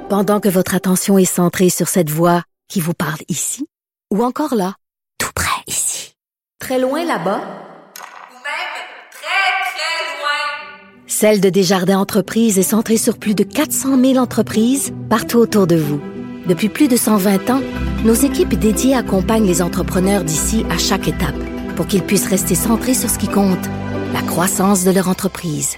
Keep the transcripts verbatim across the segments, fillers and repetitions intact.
Pendant que votre attention est centrée sur cette voix qui vous parle ici, ou encore là, tout près ici, très loin là-bas, ou même très, très loin. Celle de Desjardins Entreprises est centrée sur plus de quatre cent mille entreprises partout autour de vous. Depuis plus de cent vingt ans, nos équipes dédiées accompagnent les entrepreneurs d'ici à chaque étape pour qu'ils puissent rester centrés sur ce qui compte, la croissance de leur entreprise.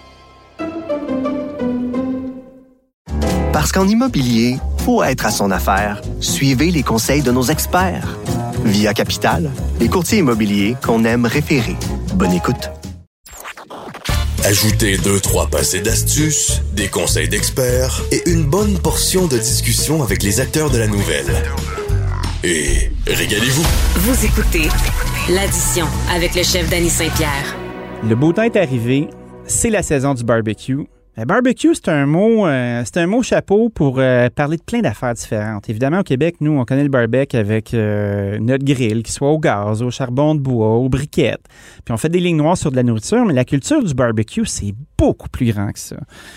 Parce qu'en immobilier, pour être à son affaire, suivez les conseils de nos experts. Via Capital, les courtiers immobiliers qu'on aime référer. Bonne écoute. Ajoutez deux, trois passés d'astuces, des conseils d'experts et une bonne portion de discussion avec les acteurs de la nouvelle. Et régalez-vous. Vous écoutez l'addition avec le chef Danny Saint-Pierre. Le beau temps est arrivé, c'est la saison du barbecue. Le barbecue, c'est un mot, euh, c'est un mot chapeau pour euh, parler de plein d'affaires différentes. Évidemment, au Québec, nous, on connaît le barbecue avec euh, notre grill, qu'il soit au gaz, au charbon de bois, aux briquettes. Puis on fait des lignes noires sur de la nourriture, mais la culture du barbecue, c'est beaucoup plus grand que ça.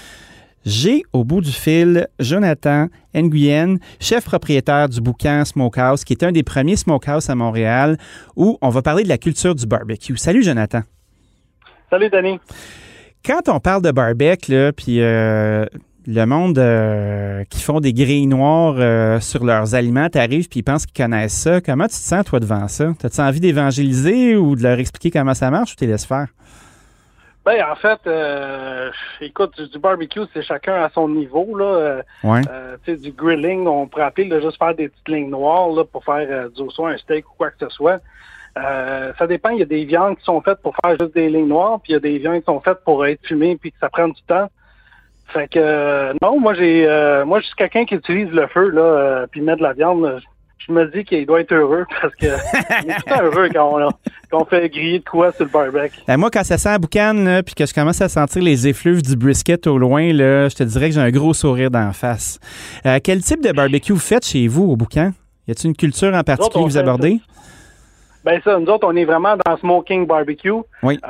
J'ai au bout du fil Jonathan Nguyen, chef propriétaire du Boucan Smokehouse, qui est un des premiers smokehouses à Montréal, où on va parler de la culture du barbecue. Salut, Jonathan. Salut, Danny. Quand on parle de barbecue, là, puis euh, le monde euh, qui font des grilles noires euh, sur leurs aliments, t'arrives puis ils pensent qu'ils connaissent ça. Comment tu te sens, toi, devant ça? T'as-tu envie d'évangéliser ou de leur expliquer comment ça marche ou tu les laisses faire? Ben, en fait, euh, écoute, du, du barbecue, c'est chacun à son niveau, là. Ouais. Euh, tu sais, du grilling, on pourrait appeler là, juste faire des petites lignes noires, là, pour faire euh, du soit un steak ou quoi que ce soit. Euh, ça dépend, il y a des viandes qui sont faites pour faire juste des lignes noires, puis il y a des viandes qui sont faites pour être fumées puis que ça prend du temps. Fait que euh, non, moi j'ai euh, moi je suis quelqu'un qui utilise le feu là, euh, puis met de la viande. Je me dis qu'il doit être heureux parce que il est tout le temps heureux quand on, quand on fait griller de quoi sur le barbecue. Ben moi, quand ça sent la boucane, là, puis que je commence à sentir les effluves du brisket au loin, là, je te dirais que j'ai un gros sourire d'en face. Euh, quel type de barbecue vous faites chez vous au Boucan? Y a-t-il une culture en particulier que vous abordez? Ben ça, nous autres, on est vraiment dans smoking barbecue. Oui.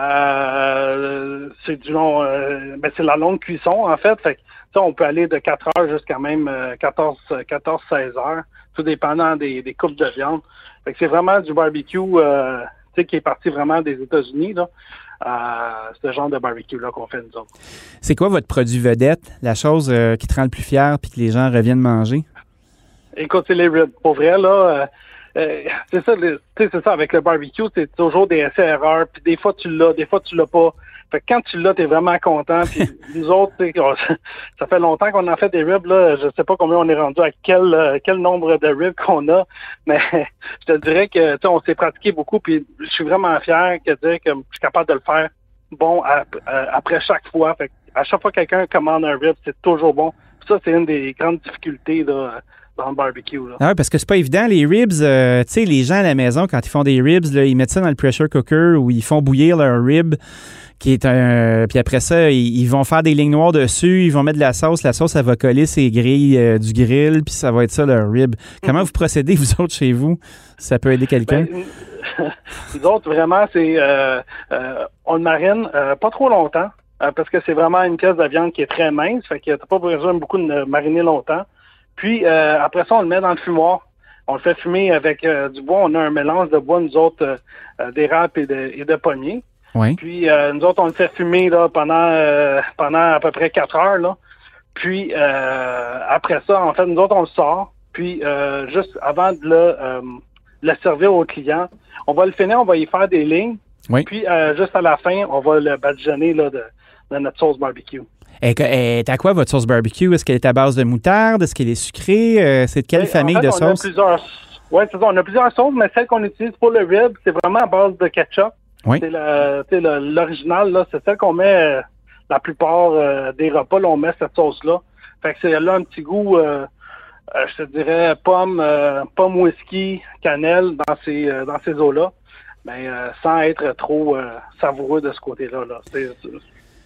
Euh, c'est du long, euh, ben c'est la longue cuisson en fait. Fait que ça, on peut aller de quatre heures jusqu'à même euh, quatorze, seize heures, tout dépendant des, des coupes de viande. Fait que c'est vraiment du barbecue, euh, tu sais, qui est parti vraiment des États-Unis là. Euh, ce genre de barbecue là qu'on fait nous autres. C'est quoi votre produit vedette, la chose euh, qui te rend le plus fier puis que les gens reviennent manger? Écoute, c'est les ribs. Pour vrai là. Euh, Euh, c'est ça, le, c'est ça, avec le barbecue, c'est toujours des essais-erreurs, puis des fois tu l'as, des fois tu l'as pas. Fait que quand tu l'as, t'es vraiment content, puis nous autres, ça fait longtemps qu'on en fait des ribs, là, je sais pas combien on est rendu, à quel euh, quel nombre de ribs qu'on a, mais je te dirais que, tu sais, on s'est pratiqué beaucoup, puis je suis vraiment fier de dire que je suis capable de le faire bon à, à, après chaque fois. Fait que à chaque fois que quelqu'un commande un rib, c'est toujours bon. Puis ça, c'est une des grandes difficultés, là, dans le barbecue. Là. Ah, parce que c'est pas évident. Les ribs, euh, tu sais, les gens à la maison, quand ils font des ribs, là, ils mettent ça dans le pressure cooker ou ils font bouillir leur rib, qui est un... Puis après ça, ils, ils vont faire des lignes noires dessus, ils vont mettre de la sauce. La sauce, ça va coller ces grilles euh, du grill, puis ça va être ça, leur rib. Comment mm-hmm. vous procédez, vous autres, chez vous? Ça peut aider quelqu'un? Ben, nous autres, vraiment, c'est... Euh, euh, on le marine euh, pas trop longtemps, euh, parce que c'est vraiment une pièce de viande qui est très mince, fait que t'as pas besoin beaucoup de mariner longtemps. Puis, euh, après ça, on le met dans le fumoir. On le fait fumer avec euh, du bois. On a un mélange de bois, nous autres, euh, d'érable et de, et de pommier. Oui. Puis, euh, nous autres, on le fait fumer là, pendant euh, pendant à peu près quatre heures. Là. Puis, euh, après ça, en fait, nous autres, on le sort. Puis, euh, juste avant de le, euh, le servir au client, on va le finir, on va y faire des lignes. Oui. Puis, euh, juste à la fin, on va le badigeonner là, de, de notre sauce barbecue. Elle est à quoi votre sauce barbecue? Est-ce qu'elle est à base de moutarde? Est-ce qu'elle est sucrée? Euh, c'est de quelle Et famille en fait, de on sauces? A plusieurs... Oui, c'est ça. On a plusieurs sauces, mais celle qu'on utilise pour le rib, c'est vraiment à base de ketchup. Oui. C'est le, le, l'original, là. C'est celle qu'on met euh, la plupart euh, des repas. Là, on met cette sauce-là. Fait que c'est là un petit goût, euh, euh, je te dirais, pomme, euh, pomme whisky, cannelle dans ces, euh, dans ces eaux-là. Mais euh, sans être trop euh, savoureux de ce côté-là. Là. C'est, c'est,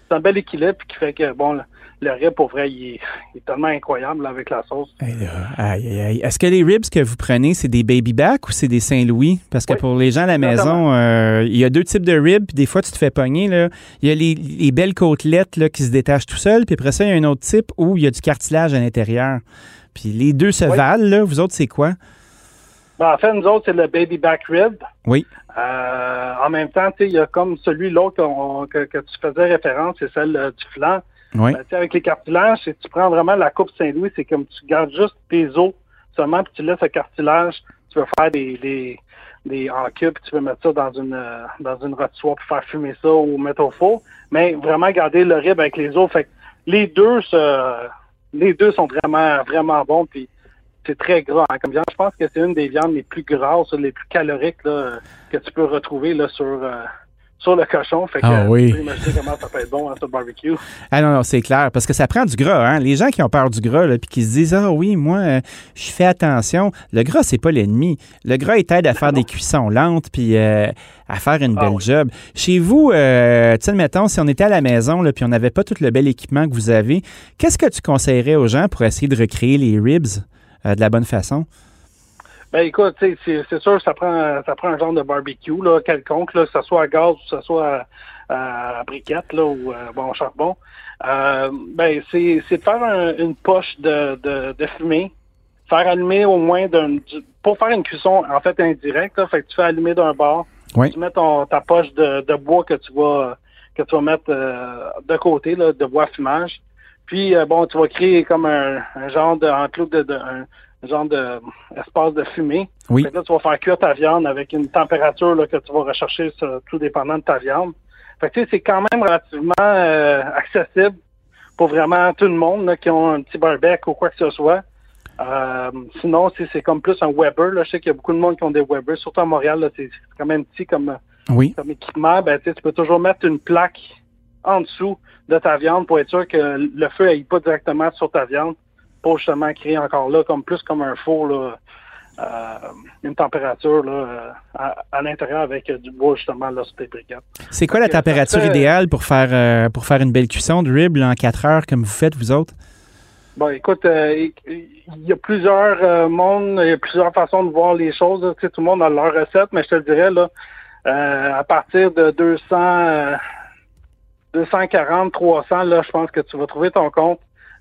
c'est un bel équilibre qui fait que, bon, le, le rib, pour vrai, il est, il est tellement incroyable là, avec la sauce. Hey, là, aïe, aïe, aïe. Est-ce que les ribs que vous prenez, c'est des baby back ou c'est des Saint-Louis? Parce que Oui, pour les gens à la maison, euh, il y a deux types de ribs, puis des fois, tu te fais pogner. Là. Il y a les, les belles côtelettes là, qui se détachent tout seul, puis après ça, il y a un autre type où il y a du cartilage à l'intérieur. Puis les deux se Oui. valent, là. Vous autres, c'est quoi? Ben, en fait, nous autres, c'est le baby back rib. Oui. Euh, en même temps, tu sais, il y a comme celui-là qu'on- que, que tu faisais référence, c'est celle euh, du flanc. Oui. Ben, tu sais, avec les cartilages, si tu prends vraiment la coupe Saint-Louis, c'est comme tu gardes juste tes os seulement, puis tu laisses le cartilage. Tu veux faire des, des, des en cube, puis tu veux mettre ça dans une euh, dans une rôtissoire pour faire fumer ça ou mettre au four. Mais vraiment garder le rib avec les os. Fait que les deux, se, les deux sont vraiment vraiment bons. Puis c'est très gras hein, comme viande. Je pense que c'est une des viandes les plus grasses, les plus caloriques là, que tu peux retrouver là, sur, euh, sur le cochon. Fait que, Ah oui. tu peux imaginer comment ça peut être bon hein, sur le barbecue. Ah non, non, c'est clair, parce que ça prend du gras. Hein? Les gens qui ont peur du gras, là, puis qui se disent « Ah oui, moi, euh, je fais attention », le gras, c'est pas l'ennemi. Le gras, il t'aide à faire des cuissons lentes, puis euh, à faire une belle Ah oui. job. Chez vous, euh, tu sais, mettons, si on était à la maison, là, puis on n'avait pas tout le bel équipement que vous avez, qu'est-ce que tu conseillerais aux gens pour essayer de recréer les ribs euh, de la bonne façon? Ben écoute, tu sais, c'est, c'est sûr que ça prend ça prend un genre de barbecue là, quelconque, là, que ce soit à gaz ou que ce soit à, à briquette là, ou euh, bon au charbon. Euh, ben c'est, c'est de faire un- une poche de, de, de fumée, faire allumer au moins d'un du- pour faire une cuisson en fait indirecte, là, fait que tu fais allumer d'un bord, Oui. tu mets ton ta poche de, de bois que tu vas que tu vas mettre euh, de côté là, de bois à fumage. Puis euh, bon, tu vas créer comme un, un genre de enclos de, de un, un genre de euh, espace de fumée. Oui. Fait que là, tu vas faire cuire ta viande avec une température là, que tu vas rechercher sur- tout dépendant de ta viande. Fait que tu sais, c'est quand même relativement euh, accessible pour vraiment tout le monde là, qui ont un petit barbecue ou quoi que ce soit. Euh, sinon, c'est, c'est comme plus un Weber. Là. Je sais qu'il y a beaucoup de monde qui ont des Weber, surtout à Montréal. Là, c'est, c'est quand même petit comme, Oui. comme équipement. Ben, tu sais, tu peux toujours mettre une plaque en dessous de ta viande pour être sûr que le feu n'aille pas directement sur ta viande pour justement créer encore là comme plus comme un four là, euh, une température là, euh, à, à l'intérieur avec euh, du bois justement là sur tes briquettes. C'est quoi la Fait que ça température fait- idéale pour faire, euh, pour faire une belle cuisson de rib là, en quatre heures comme vous faites, vous autres? Bon, écoute, euh, il il y a plusieurs euh, mondes, il y a plusieurs façons de voir les choses. là. Tu sais, tout le monde a leur recette, mais je te le dirais là, euh, à partir de deux cents, euh, deux cent quarante, trois cents, là, je pense que tu vas trouver ton compte.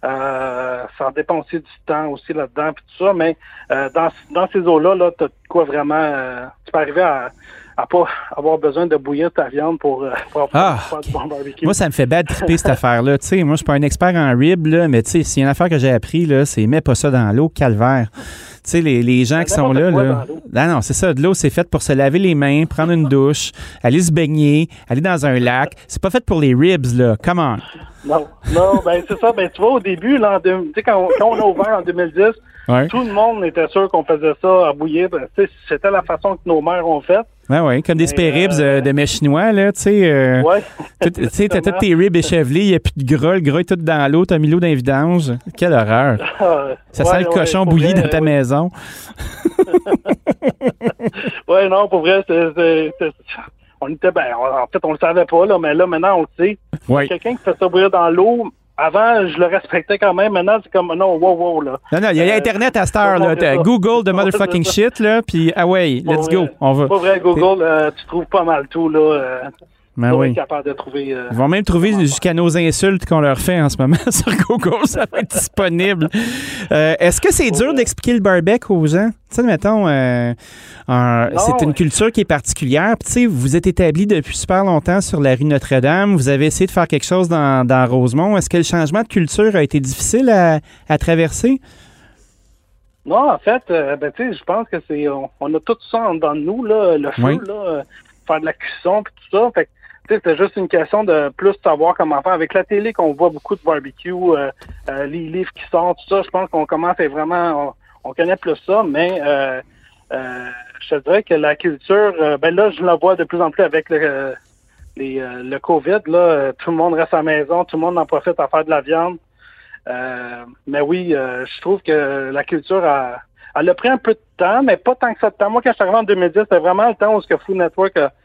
Euh, ça dépend aussi du temps aussi là-dedans puis tout ça, mais euh, dans dans ces eaux-là, là, t'as de quoi vraiment euh, tu peux arriver à à pas avoir besoin de bouillir ta viande pour, euh, pour Ah, faire ok. du bon barbecue. Moi, ça me fait bad triper cette affaire-là. Tu sais, moi, je suis pas un expert en rib, là, mais tu sais, s'il y a une affaire que j'ai appris, là, c'est mets pas ça dans l'eau, calvaire. Tu sais, les, les gens qui sont là, N'importe quoi là. dans l'eau. Non, non, c'est ça. De l'eau, c'est fait pour se laver les mains, prendre une douche, aller se baigner, aller dans un lac. C'est pas fait pour les ribs, là. Come on. Non, non, ben c'est ça. Ben tu vois, au début, là, en deux- tu sais, quand, quand on a ouvert en deux mille dix, Ouais. tout le monde était sûr qu'on faisait ça à bouillir. Ben, tu sais, c'était la façon que nos mères ont fait. Ouais, ouais. Comme des Mais, spare ribs euh, euh, de mets chinois, là. Tu sais, euh, Ouais. tout- tu sais, t'as tous tes ribs échevelés, il n'y a plus de gras, le gras est tout dans l'eau, t'as mis l'eau dans les vidanges. Quelle horreur. Ça Ouais, sent le ouais, cochon pour bouilli vrai, dans ta ouais. maison. Ouais, non, pour vrai, c'est, c'est, c'est- on était, ben, on- en fait, on le savait pas, là, mais là, maintenant, on le sait. Oui. Quelqu'un qui fait ça bouillir dans l'eau, avant, je le respectais quand même. Maintenant, c'est comme, non, wow, wow, là. Non, non, il y a Euh, Internet à cette heure, faut là. montrer T'as ça. Google de Faut motherfucking montrer ça. shit, là, puis ah ouais, Pour let's vrai. go, on va. Pas vrai, Google, euh, tu trouves pas mal tout, là. Euh, Ben tu vas oui. être capable de trouver. euh, Ils vont même trouver jusqu'à nos insultes qu'on leur fait en ce moment sur Google, ça va être disponible. Euh, est-ce que c'est dur d'expliquer le barbecue aux gens? Tu sais, mettons, euh, un- Non, c'est une ouais. culture qui est particulière. Puis, tu sais, vous êtes établi depuis super longtemps sur la rue Notre-Dame. Vous avez essayé de faire quelque chose dans, dans Rosemont. Est-ce que le changement de culture a été difficile à, à traverser? Non, en fait, euh, ben, tu sais, je pense que c'est, on, on a tout ça en dedans de nous, là, le feu, Oui. là, euh, faire de la cuisson puis tout ça. Fait que, tu sais, c'était juste une question de plus savoir comment faire. Avec la télé, qu'on voit beaucoup de barbecue, euh, euh, les livres qui sortent, tout ça, je pense qu'on commence à vraiment, on, on connaît plus ça, mais euh, euh, je te dirais que la culture, euh, ben là, je la vois de plus en plus avec le, les, euh, le COVID, là, euh, tout le monde reste à la maison, tout le monde en profite à faire de la viande. Euh, mais oui, euh, je trouve que la culture a, elle a pris un peu de temps, mais pas tant que ça de temps. Moi, quand je suis arrivé en deux mille dix, c'était vraiment le temps où ce que Food Network a,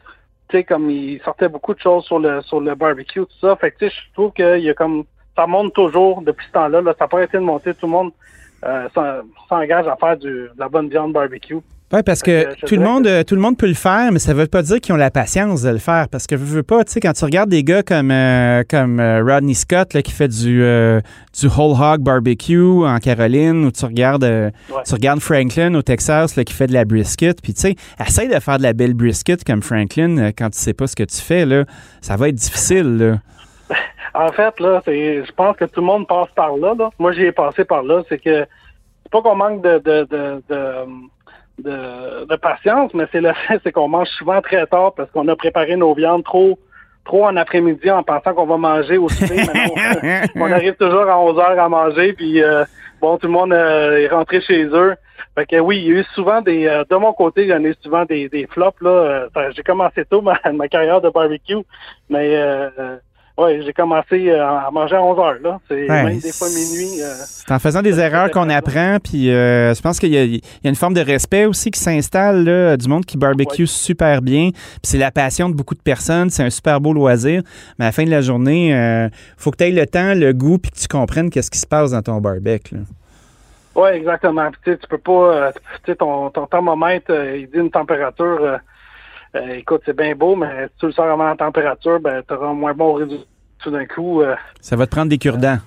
tu sais, comme il sortait beaucoup de choses sur le sur le barbecue, tout ça. Fait que tu sais, je trouve qu'il y a comme ça monte toujours depuis ce temps-là. Là, ça n'a pas été de monter. Tout le monde euh, s'engage à faire du, de la bonne viande barbecue. Oui, parce que, que tout le monde que... tout le monde peut le faire, mais ça veut pas dire qu'ils ont la patience de le faire. Parce que, veux, veux pas, tu sais, quand tu regardes des gars comme euh, comme euh, Rodney Scott là, qui fait du euh, du whole hog barbecue en Caroline, ou tu regardes euh, ouais. tu regardes Franklin au Texas là, qui fait de la brisket, puis tu sais, essaye de faire de la belle brisket comme Franklin euh, quand tu sais pas ce que tu fais là, ça va être difficile là. En fait là, c'est, je pense que tout le monde passe par là. là. Moi, j'y ai passé par là. C'est que c'est pas qu'on manque de de de, de De, de patience, mais c'est le fait, c'est qu'on mange souvent très tard parce qu'on a préparé nos viandes trop trop en après-midi en pensant qu'on va manger au souper. on, on arrive toujours à onze heures à manger, puis euh, bon, tout le monde euh, est rentré chez eux. Fait que oui, il y a eu souvent des... Euh, de mon côté, il y en a eu souvent des, des flops. Là. Euh, j'ai commencé tôt ma, ma carrière de barbecue, mais... Euh, Oui, j'ai commencé à manger à onze heures, là. C'est ouais, même des fois minuit. Euh, c'est en faisant des erreurs qu'on apprend, puis euh, je pense qu'il y a, il y a une forme de respect aussi qui s'installe, là, du monde qui barbecue ouais. super bien. Puis c'est la passion de beaucoup de personnes, c'est un super beau loisir. Mais à la fin de la journée, il euh, faut que tu aies le temps, le goût, puis que tu comprennes qu'est-ce qui se passe dans ton barbecue, là. Oui, exactement. Puis, tu peux pas... Euh, tu sais, ton, ton thermomètre, euh, il dit une température... Euh, Euh, écoute, c'est bien beau, mais si tu le sors avant la température, ben, tu auras un moins bon résultat tout d'un coup. Euh, Ça va te prendre des cure-dents.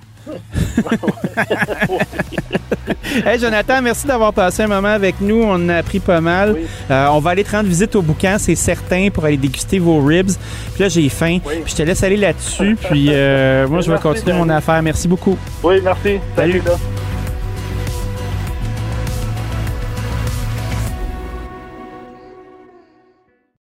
Hey Jonathan, merci d'avoir passé un moment avec nous. On en a appris pas mal. Oui. Euh, on va aller te rendre visite au boucan, c'est certain, pour aller déguster vos ribs. Puis là, j'ai faim. Oui. Puis je te laisse aller là-dessus. Puis euh, moi, je vais continuer mon affaire. Merci beaucoup. Oui, merci. Salut. Salut là.